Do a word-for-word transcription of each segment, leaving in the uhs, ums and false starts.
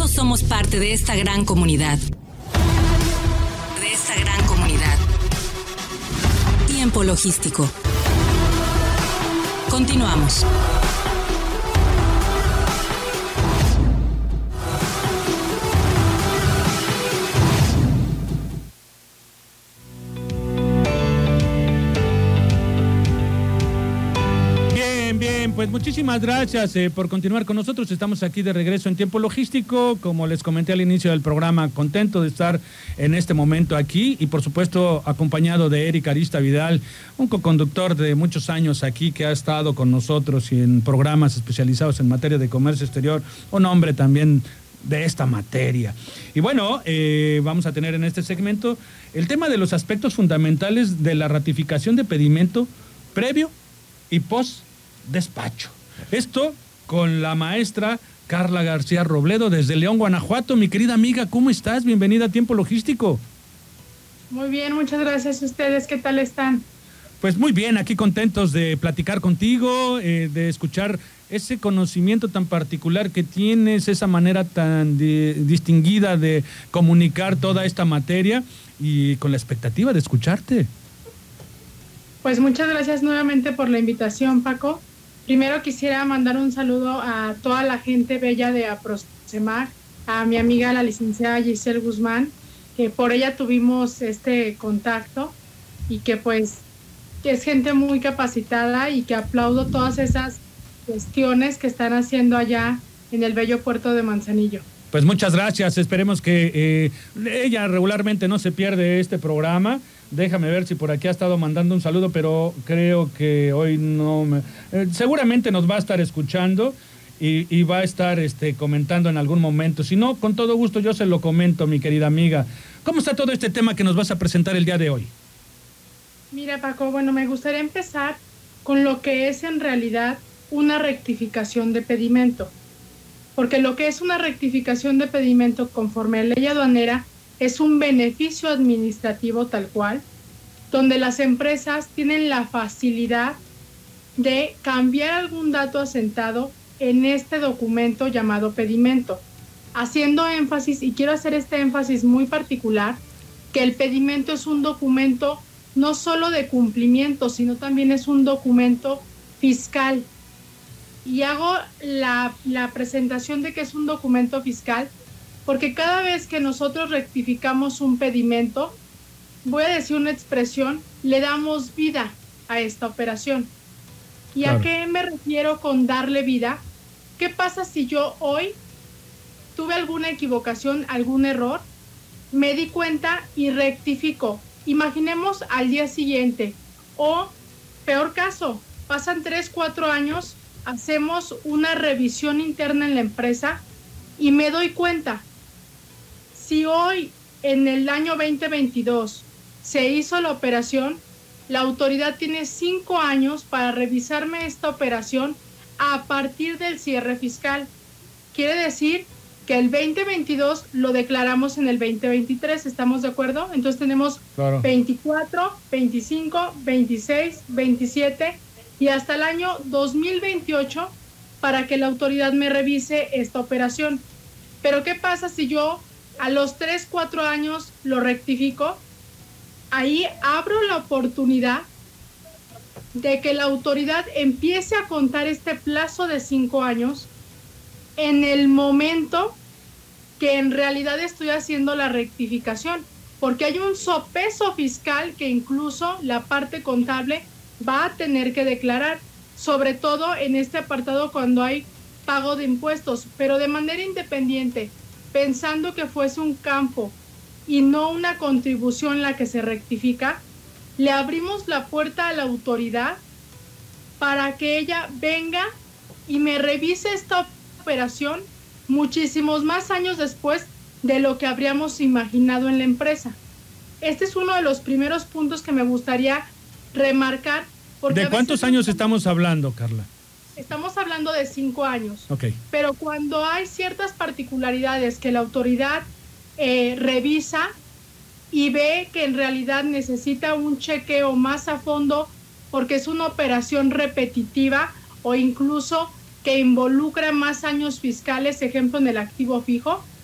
Todos somos parte de esta gran comunidad. De esta gran comunidad. Tiempo logístico. Continuamos. Pues muchísimas gracias eh, por continuar con nosotros. Estamos aquí de regreso en Tiempo Logístico. Como les comenté al inicio del programa, contento de estar en este momento aquí y por supuesto acompañado de Eric Arista Vidal, un coconductor de muchos años aquí que ha estado con nosotros y en programas especializados en materia de comercio exterior, un hombre también de esta materia. Y bueno, eh, vamos a tener en este segmento el tema de los aspectos fundamentales de la ratificación de pedimento previo y post despacho. Esto con la maestra Carla García Robledo desde León, Guanajuato. Mi querida amiga, ¿cómo estás? Bienvenida a Tiempo Logístico. Muy bien, muchas gracias a ustedes. ¿Qué tal están? Pues muy bien, aquí contentos de platicar contigo, eh, de escuchar ese conocimiento tan particular que tienes, esa manera tan de, distinguida de comunicar toda esta materia y con la expectativa de escucharte. Pues muchas gracias nuevamente por la invitación, Paco. Primero quisiera mandar un saludo a toda la gente bella de Aprocemac, a mi amiga la licenciada Giselle Guzmán, que por ella tuvimos este contacto y que pues que es gente muy capacitada y que aplaudo todas esas cuestiones que están haciendo allá en el bello puerto de Manzanillo. Pues muchas gracias, esperemos que eh, ella regularmente no se pierde este programa. Déjame ver si por aquí ha estado mandando un saludo, pero creo que hoy no me... Eh, seguramente nos va a estar escuchando y, y va a estar este, comentando en algún momento. Si no, con todo gusto yo se lo comento, mi querida amiga. ¿Cómo está todo este tema que nos vas a presentar el día de hoy? Mira, Paco, bueno, me gustaría empezar con lo que es en realidad una rectificación de pedimento. Porque lo que es una rectificación de pedimento conforme a ley aduanera es un beneficio administrativo tal cual, donde las empresas tienen la facilidad de cambiar algún dato asentado en este documento llamado pedimento, haciendo énfasis, y quiero hacer este énfasis muy particular, que el pedimento es un documento no solo de cumplimiento, sino también es un documento fiscal. Y hago la, la presentación de que es un documento fiscal porque cada vez que nosotros rectificamos un pedimento, voy a decir una expresión, le damos vida a esta operación. ¿Y claro. a qué me refiero con darle vida? ¿Qué pasa si yo hoy tuve alguna equivocación, algún error, me di cuenta y rectifico? Imaginemos al día siguiente, o peor caso, pasan tres, cuatro años, hacemos una revisión interna en la empresa y me doy cuenta, si hoy en el año veinte veintidós se hizo la operación, la autoridad tiene cinco años para revisarme esta operación a partir del cierre fiscal. Quiere decir que el veinte veintidós lo declaramos en el veinte veintitrés, ¿estamos de acuerdo? Entonces tenemos claro. veinticuatro, veinticinco, veintiséis, veintisiete y hasta el año dos mil veintiocho para que la autoridad me revise esta operación. Pero ¿qué pasa si yo a los tres, cuatro años lo rectifico? Ahí abro la oportunidad de que la autoridad empiece a contar este plazo de cinco años en el momento que en realidad estoy haciendo la rectificación, porque hay un sopeso fiscal que incluso la parte contable va a tener que declarar, sobre todo en este apartado cuando hay pago de impuestos, pero de manera independiente, pensando que fuese un campo y no una contribución la que se rectifica, le abrimos la puerta a la autoridad para que ella venga y me revise esta operación muchísimos más años después de lo que habríamos imaginado en la empresa. Este es uno de los primeros puntos que me gustaría remarcar. Porque ¿de cuántos años estamos hablando, Carla? Estamos hablando de cinco años. Okay. Pero cuando hay ciertas particularidades que la autoridad eh, revisa y ve que en realidad necesita un chequeo más a fondo porque es una operación repetitiva o incluso que involucra más años fiscales, ejemplo en el activo fijo,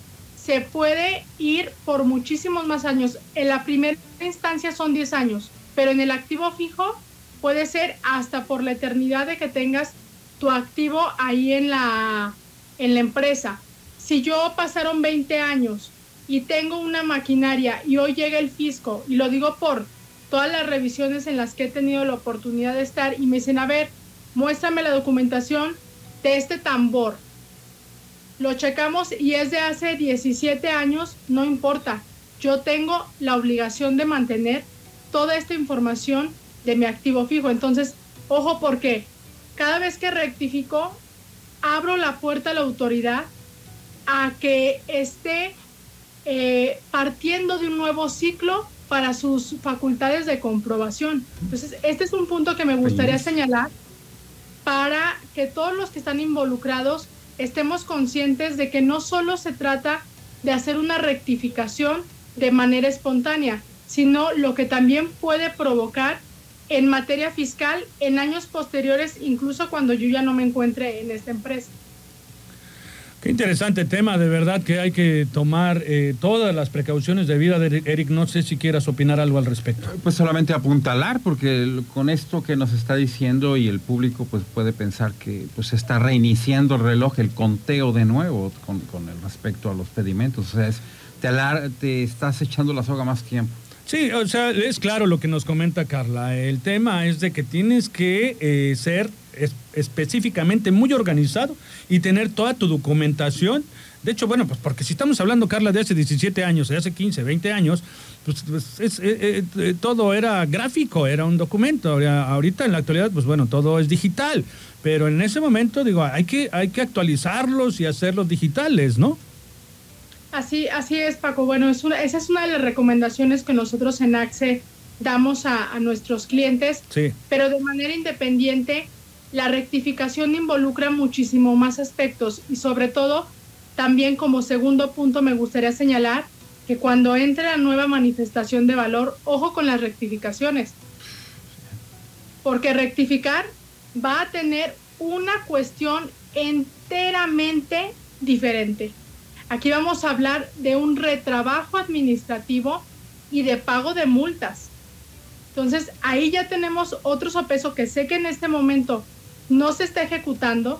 se puede ir por muchísimos más años. En la primera instancia son diez años, pero en el activo fijo puede ser hasta por la eternidad de que tengas tu activo ahí en la, en la empresa. Si yo pasaron veinte años y tengo una maquinaria y hoy llega el fisco, y lo digo por todas las revisiones en las que he tenido la oportunidad de estar, y me dicen, a ver, muéstrame la documentación de este tambor. Lo checamos y es de hace diecisiete años, no importa. Yo tengo la obligación de mantener toda esta información de mi activo fijo. Entonces, ojo, porque cada vez que rectifico, abro la puerta a la autoridad a que esté eh, partiendo de un nuevo ciclo para sus facultades de comprobación. Entonces, este es un punto que me gustaría señalar para que todos los que están involucrados estemos conscientes de que no solo se trata de hacer una rectificación de manera espontánea, sino lo que también puede provocar en materia fiscal en años posteriores, incluso cuando yo ya no me encuentre en esta empresa. Qué interesante tema, de verdad que hay que tomar eh, todas las precauciones debidas. Eric, no sé si quieras opinar algo al respecto. Pues solamente apuntalar, porque con esto que nos está diciendo y el público pues puede pensar que pues se está reiniciando el reloj, el conteo de nuevo con, con el respecto a los pedimentos. O sea, es, te, alar, te estás echando la soga más tiempo. Sí, o sea, es claro lo que nos comenta Carla. El tema es de que tienes que eh, ser es, específicamente muy organizado y tener toda tu documentación. De hecho, bueno, pues porque si estamos hablando, Carla, de hace diecisiete años, de hace quince, veinte años, pues, pues es, eh, eh, todo era gráfico, era un documento. Ahorita en la actualidad, pues bueno, todo es digital. Pero en ese momento, digo, hay que, hay que actualizarlos y hacerlos digitales, ¿no? Así, así es, Paco. Bueno, es una, esa es una de las recomendaciones que nosotros en AXE damos a, a nuestros clientes, sí. Pero de manera independiente, la rectificación involucra muchísimo más aspectos y sobre todo, también como segundo punto me gustaría señalar que cuando entre la nueva manifestación de valor, ojo con las rectificaciones, porque rectificar va a tener una cuestión enteramente diferente. Aquí vamos a hablar de un retrabajo administrativo y de pago de multas. Entonces, ahí ya tenemos otro sopeso que sé que en este momento no se está ejecutando,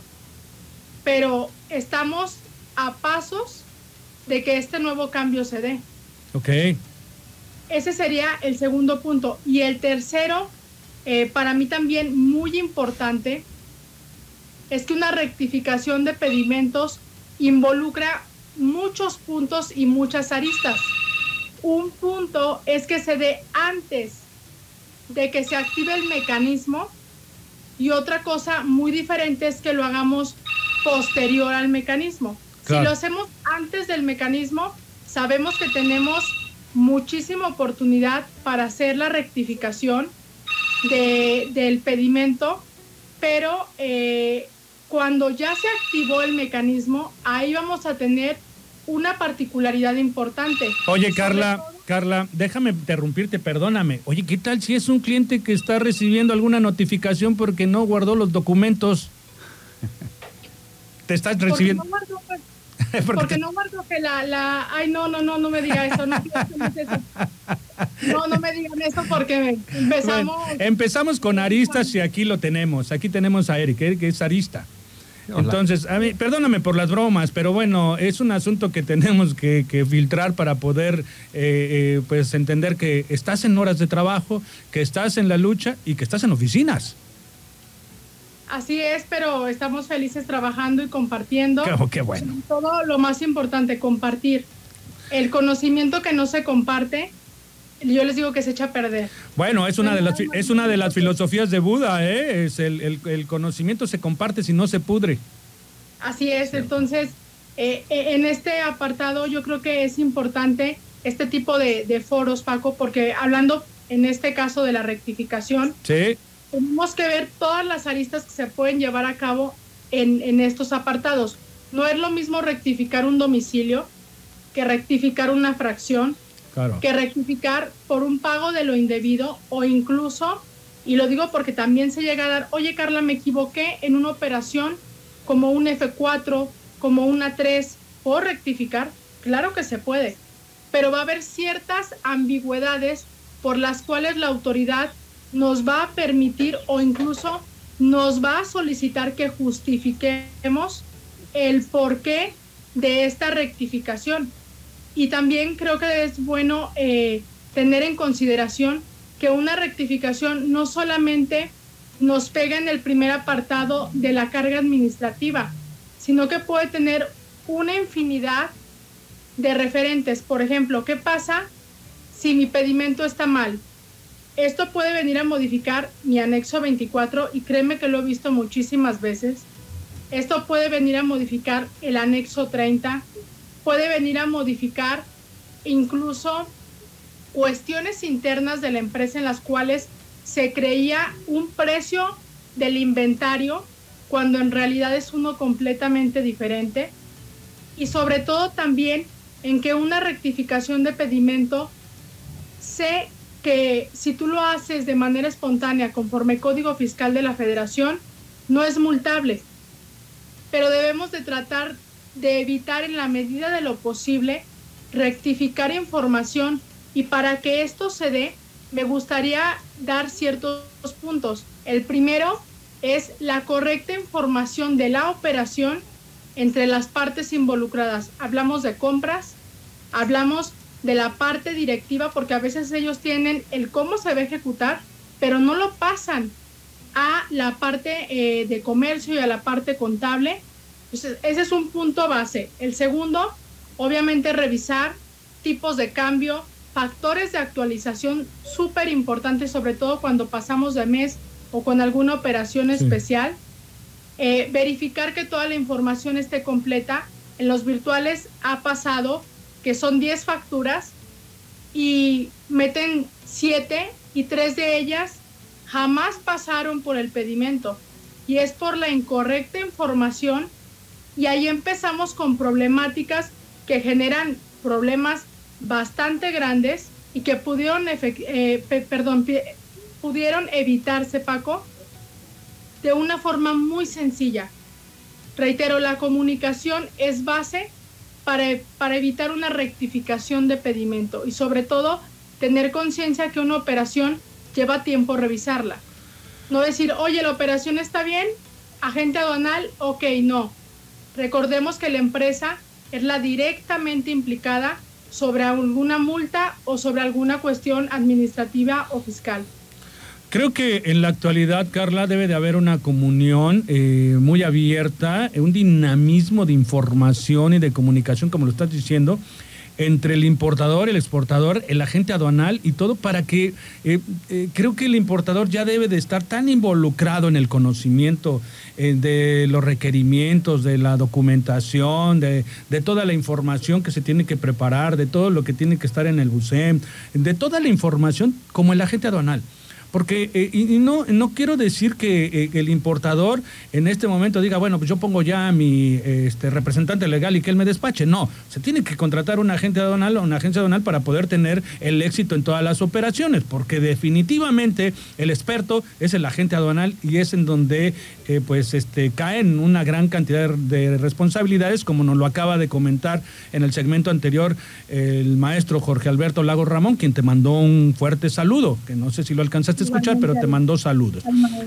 pero estamos a pasos de que este nuevo cambio se dé. Ok. Ese sería el segundo punto. Y el tercero, eh, para mí también muy importante, es que una rectificación de pedimentos involucra muchos puntos y muchas aristas. Un punto es que se dé antes de que se active el mecanismo y otra cosa muy diferente es que lo hagamos posterior al mecanismo. Claro. Si lo hacemos antes del mecanismo, sabemos que tenemos muchísima oportunidad para hacer la rectificación de, del pedimento, pero eh, cuando ya se activó el mecanismo, ahí vamos a tener una particularidad importante. Oye, Carla, todo... Carla, déjame interrumpirte, perdóname. Oye, ¿qué tal si es un cliente que está recibiendo alguna notificación porque no guardó los documentos? Te estás recibiendo... Porque no guardo, pues, porque porque te... no guardo que la, la... Ay, no, no, no, no me diga eso. No, eso. no, no me digan eso porque empezamos... Bueno, empezamos con aristas y aquí lo tenemos. Aquí tenemos a Eric, Eric es arista. Entonces, a mí, perdóname por las bromas, pero bueno, es un asunto que tenemos que, que filtrar para poder eh, eh, pues entender que estás en horas de trabajo, que estás en la lucha y que estás en oficinas. Así es, pero estamos felices trabajando y compartiendo. Qué, qué bueno. Todo lo más importante, compartir. El conocimiento que no se comparte, yo les digo que se echa a perder. Bueno, es una de las es una de las filosofías de Buda, ¿eh? Es el, el, el conocimiento se comparte si no se pudre. Así es, entonces, eh, en este apartado yo creo que es importante este tipo de, de foros, Paco, porque hablando en este caso de la rectificación, sí. Tenemos que ver todas las aristas que se pueden llevar a cabo en, en estos apartados. No es lo mismo rectificar un domicilio que rectificar una fracción, claro. Que rectificar por un pago de lo indebido o incluso, y lo digo porque también se llega a dar, oye Carla, me equivoqué en una operación como un F cuatro, como una tres, ¿puedo rectificar? Claro que se puede, pero va a haber ciertas ambigüedades por las cuales la autoridad nos va a permitir o incluso nos va a solicitar que justifiquemos el porqué de esta rectificación. Y también creo que es bueno eh, tener en consideración que una rectificación no solamente nos pega en el primer apartado de la carga administrativa, sino que puede tener una infinidad de referentes. Por ejemplo, ¿qué pasa si mi pedimento está mal? Esto puede venir a modificar mi anexo veinticuatro y créeme que lo he visto muchísimas veces. Esto puede venir a modificar el anexo treinta, puede venir a modificar incluso cuestiones internas de la empresa en las cuales se creía un precio del inventario cuando en realidad es uno completamente diferente. Y sobre todo también en que una rectificación de pedimento, sé que si tú lo haces de manera espontánea conforme Código Fiscal de la Federación, no es multable, pero debemos de tratar de evitar en la medida de lo posible rectificar información, y para que esto se dé, me gustaría dar ciertos puntos. El primero es la correcta información de la operación entre las partes involucradas. Hablamos de compras, hablamos de la parte directiva, porque a veces ellos tienen el cómo se va a ejecutar, pero no lo pasan a la parte eh, de comercio y a la parte contable. Entonces, ese es un punto base. El segundo, obviamente, revisar tipos de cambio, factores de actualización súper importantes, sobre todo cuando pasamos de mes o con alguna operación sí. especial. Eh, verificar que toda la información esté completa. En los virtuales ha pasado que son diez facturas y meten siete y tres de ellas jamás pasaron por el pedimento, y es por la incorrecta información, y ahí empezamos con problemáticas que generan problemas bastante grandes y que pudieron, eh, pe perdón, pudieron evitarse, Paco, de una forma muy sencilla. Reitero, la comunicación es base para, para evitar una rectificación de pedimento, y sobre todo tener conciencia que una operación lleva tiempo revisarla. No decir, oye, la operación está bien, agente aduanal, ok, no. Recordemos que la empresa es la directamente implicada sobre alguna multa o sobre alguna cuestión administrativa o fiscal. Creo que en la actualidad, Carla, debe de haber una comunión eh, muy abierta, un dinamismo de información y de comunicación, como lo estás diciendo, entre el importador, el exportador, el agente aduanal y todo, para que eh, eh, creo que el importador ya debe de estar tan involucrado en el conocimiento eh, de los requerimientos, de la documentación, de, de toda la información que se tiene que preparar, de todo lo que tiene que estar en el BUSEM, de toda la información como el agente aduanal. Porque, eh, y no, no quiero decir que eh, el importador en este momento diga, bueno, pues yo pongo ya a mi este, representante legal y que él me despache. No, se tiene que contratar un agente aduanal o una agencia aduanal para poder tener el éxito en todas las operaciones, porque definitivamente el experto es el agente aduanal, y es en donde eh, pues este, caen una gran cantidad de responsabilidades, como nos lo acaba de comentar en el segmento anterior el maestro Jorge Alberto Lagos Ramón, quien te mandó un fuerte saludo, que no sé si lo alcanzaste a escuchar, pero te mandó saludos.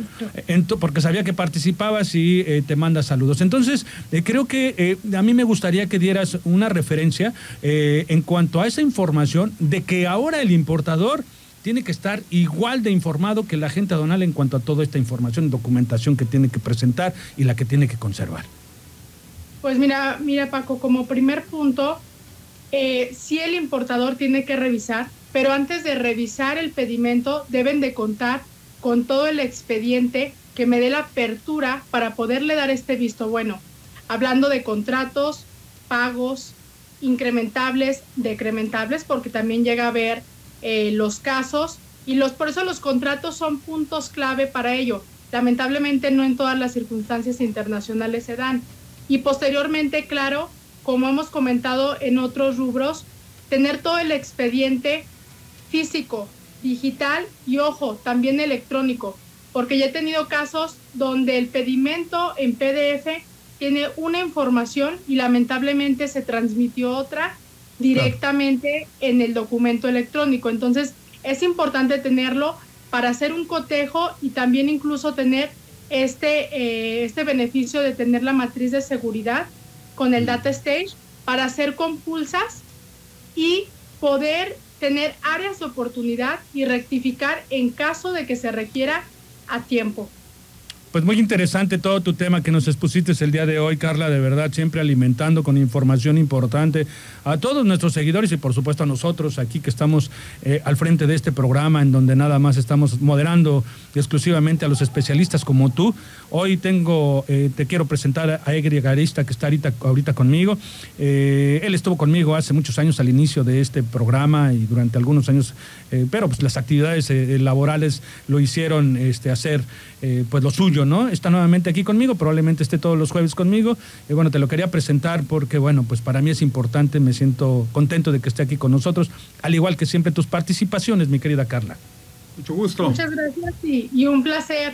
Ento, porque sabía que participabas y eh, te manda saludos. Entonces, eh, creo que eh, a mí me gustaría que dieras una referencia eh, en cuanto a esa información de que ahora el importador tiene que estar igual de informado que el agente aduanal en cuanto a toda esta información y documentación que tiene que presentar y la que tiene que conservar. Pues mira, mira Paco, como primer punto, eh, sí el importador tiene que revisar, pero antes de revisar el pedimento deben de contar con todo el expediente que me dé la apertura para poderle dar este visto bueno. Hablando de contratos, pagos, incrementables, decrementables, porque también llega a haber eh, los casos, y los, por eso los contratos son puntos clave para ello. Lamentablemente no en todas las circunstancias internacionales se dan. Y posteriormente, claro, como hemos comentado en otros rubros, tener todo el expediente físico, digital y, ojo, también electrónico, porque ya he tenido casos donde el pedimento en P D F tiene una información y lamentablemente se transmitió otra, directamente claro. en el documento electrónico. Entonces, es importante tenerlo para hacer un cotejo y también incluso tener este, eh, este beneficio de tener la matriz de seguridad con el Data Stage para hacer compulsas y poder tener áreas de oportunidad y rectificar en caso de que se requiera a tiempo. Pues muy interesante todo tu tema que nos expusiste el día de hoy, Carla, de verdad, siempre alimentando con información importante a todos nuestros seguidores y por supuesto a nosotros aquí que estamos eh, al frente de este programa en donde nada más estamos moderando exclusivamente a los especialistas como tú. Hoy tengo, eh, te quiero presentar a Egri Garista que está ahorita, ahorita conmigo. Eh, él estuvo conmigo hace muchos años al inicio de este programa y durante algunos años, eh, pero pues las actividades eh, laborales lo hicieron este, hacer eh, pues lo suyo, ¿no? Está nuevamente aquí conmigo, probablemente esté todos los jueves conmigo. Y bueno, te lo quería presentar porque, bueno, pues para mí es importante, me siento contento de que esté aquí con nosotros, al igual que siempre tus participaciones, mi querida Carla. Mucho gusto. Muchas gracias y, y un placer.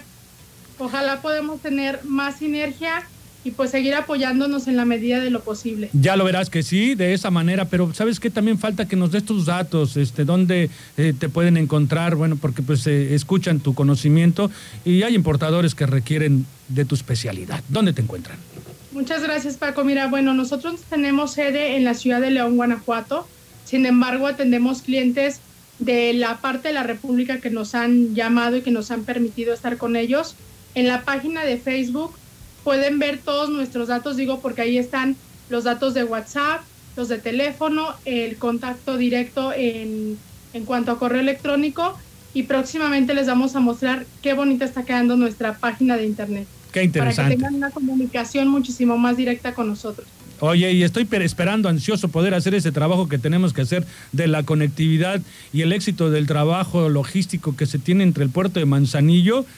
Ojalá podamos tener más sinergia y pues seguir apoyándonos en la medida de lo posible. Ya lo verás que sí, de esa manera, pero ¿sabes qué? También falta que nos des tus datos, este, dónde eh, te pueden encontrar, bueno, porque pues eh, escuchan tu conocimiento y hay importadores que requieren de tu especialidad. ¿Dónde te encuentran? Muchas gracias, Paco. Mira, bueno, nosotros tenemos sede en la ciudad de León, Guanajuato. Sin embargo, atendemos clientes de la parte de la República que nos han llamado y que nos han permitido estar con ellos. En la página de Facebook pueden ver todos nuestros datos, digo, porque ahí están los datos de WhatsApp, los de teléfono, el contacto directo en, en cuanto a correo electrónico y próximamente les vamos a mostrar qué bonita está quedando nuestra página de internet. Qué interesante. Para que tengan una comunicación muchísimo más directa con nosotros. Oye, y estoy esperando, ansioso, poder hacer ese trabajo que tenemos que hacer de la conectividad y el éxito del trabajo logístico que se tiene entre el puerto de Manzanillo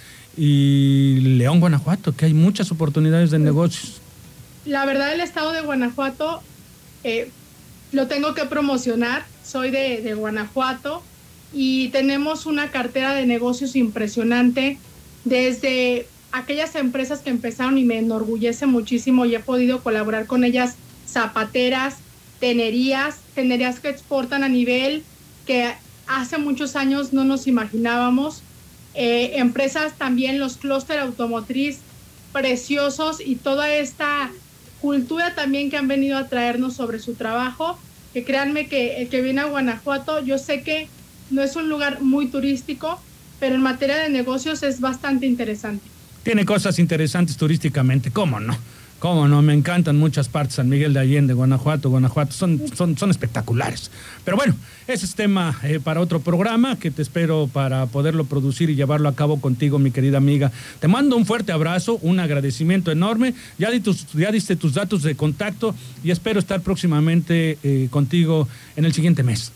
y León, Guanajuato, que hay muchas oportunidades de negocios. La verdad, el estado de Guanajuato eh, lo tengo que promocionar. Soy de, de Guanajuato y tenemos una cartera de negocios impresionante desde aquellas empresas que empezaron y me enorgullece muchísimo y he podido colaborar con ellas, zapateras, tenerías, tenerías que exportan a nivel que hace muchos años no nos imaginábamos. Eh, empresas también, los clúster automotriz preciosos y toda esta cultura también que han venido a traernos sobre su trabajo, que créanme que el que viene a Guanajuato, yo sé que no es un lugar muy turístico, pero en materia de negocios es bastante interesante. Tiene cosas interesantes turísticamente, ¿cómo no? ¿Cómo no? Me encantan muchas partes, San Miguel de Allende, Guanajuato, Guanajuato, son, son, son espectaculares. Pero bueno, ese es tema eh, para otro programa que te espero para poderlo producir y llevarlo a cabo contigo, mi querida amiga. Te mando un fuerte abrazo, un agradecimiento enorme. Ya, di tus, ya diste tus datos de contacto y espero estar próximamente eh, contigo en el siguiente mes.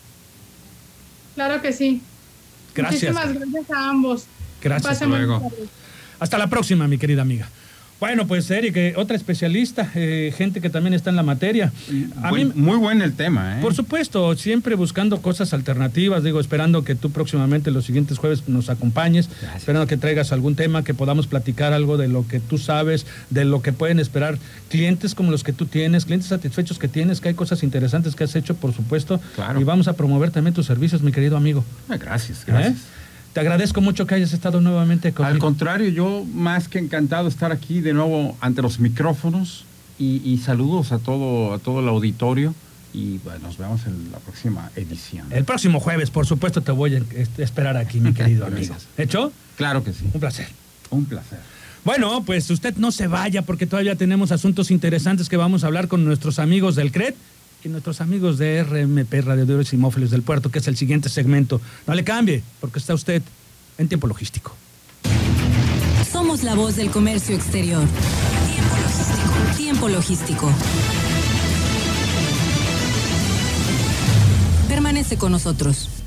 Claro que sí. Gracias. Muchísimas gracias a ambos. Gracias. Hasta luego. Hasta la próxima, mi querida amiga. Bueno, pues Eric, otra especialista, eh, gente que también está en la materia. A Buen, mí, muy buen el tema, ¿eh? Por supuesto, siempre buscando cosas alternativas, digo, esperando que tú próximamente los siguientes jueves nos acompañes, Gracias. Esperando que traigas algún tema, que podamos platicar algo de lo que tú sabes, de lo que pueden esperar clientes como los que tú tienes, clientes satisfechos que tienes, que hay cosas interesantes que has hecho, por supuesto. Claro. Y vamos a promover también tus servicios, mi querido amigo. Ah, gracias, gracias. ¿Eh? Te agradezco mucho que hayas estado nuevamente conmigo. Al contrario, yo más que encantado de estar aquí de nuevo ante los micrófonos y, y saludos a todo, a todo el auditorio y bueno, nos vemos en la próxima edición. El próximo jueves, por supuesto, te voy a esperar aquí, mi querido amigo. ¿Hecho? Claro que sí. Un placer. Un placer. Bueno, pues usted no se vaya porque todavía tenemos asuntos interesantes que vamos a hablar con nuestros amigos del C R E T y nuestros amigos de R M P, Radiadores y Móviles del Puerto, que es el siguiente segmento. No le cambie, porque está usted en Tiempo Logístico. Somos la voz del comercio exterior. Tiempo Logístico. Tiempo Logístico. Permanece con nosotros.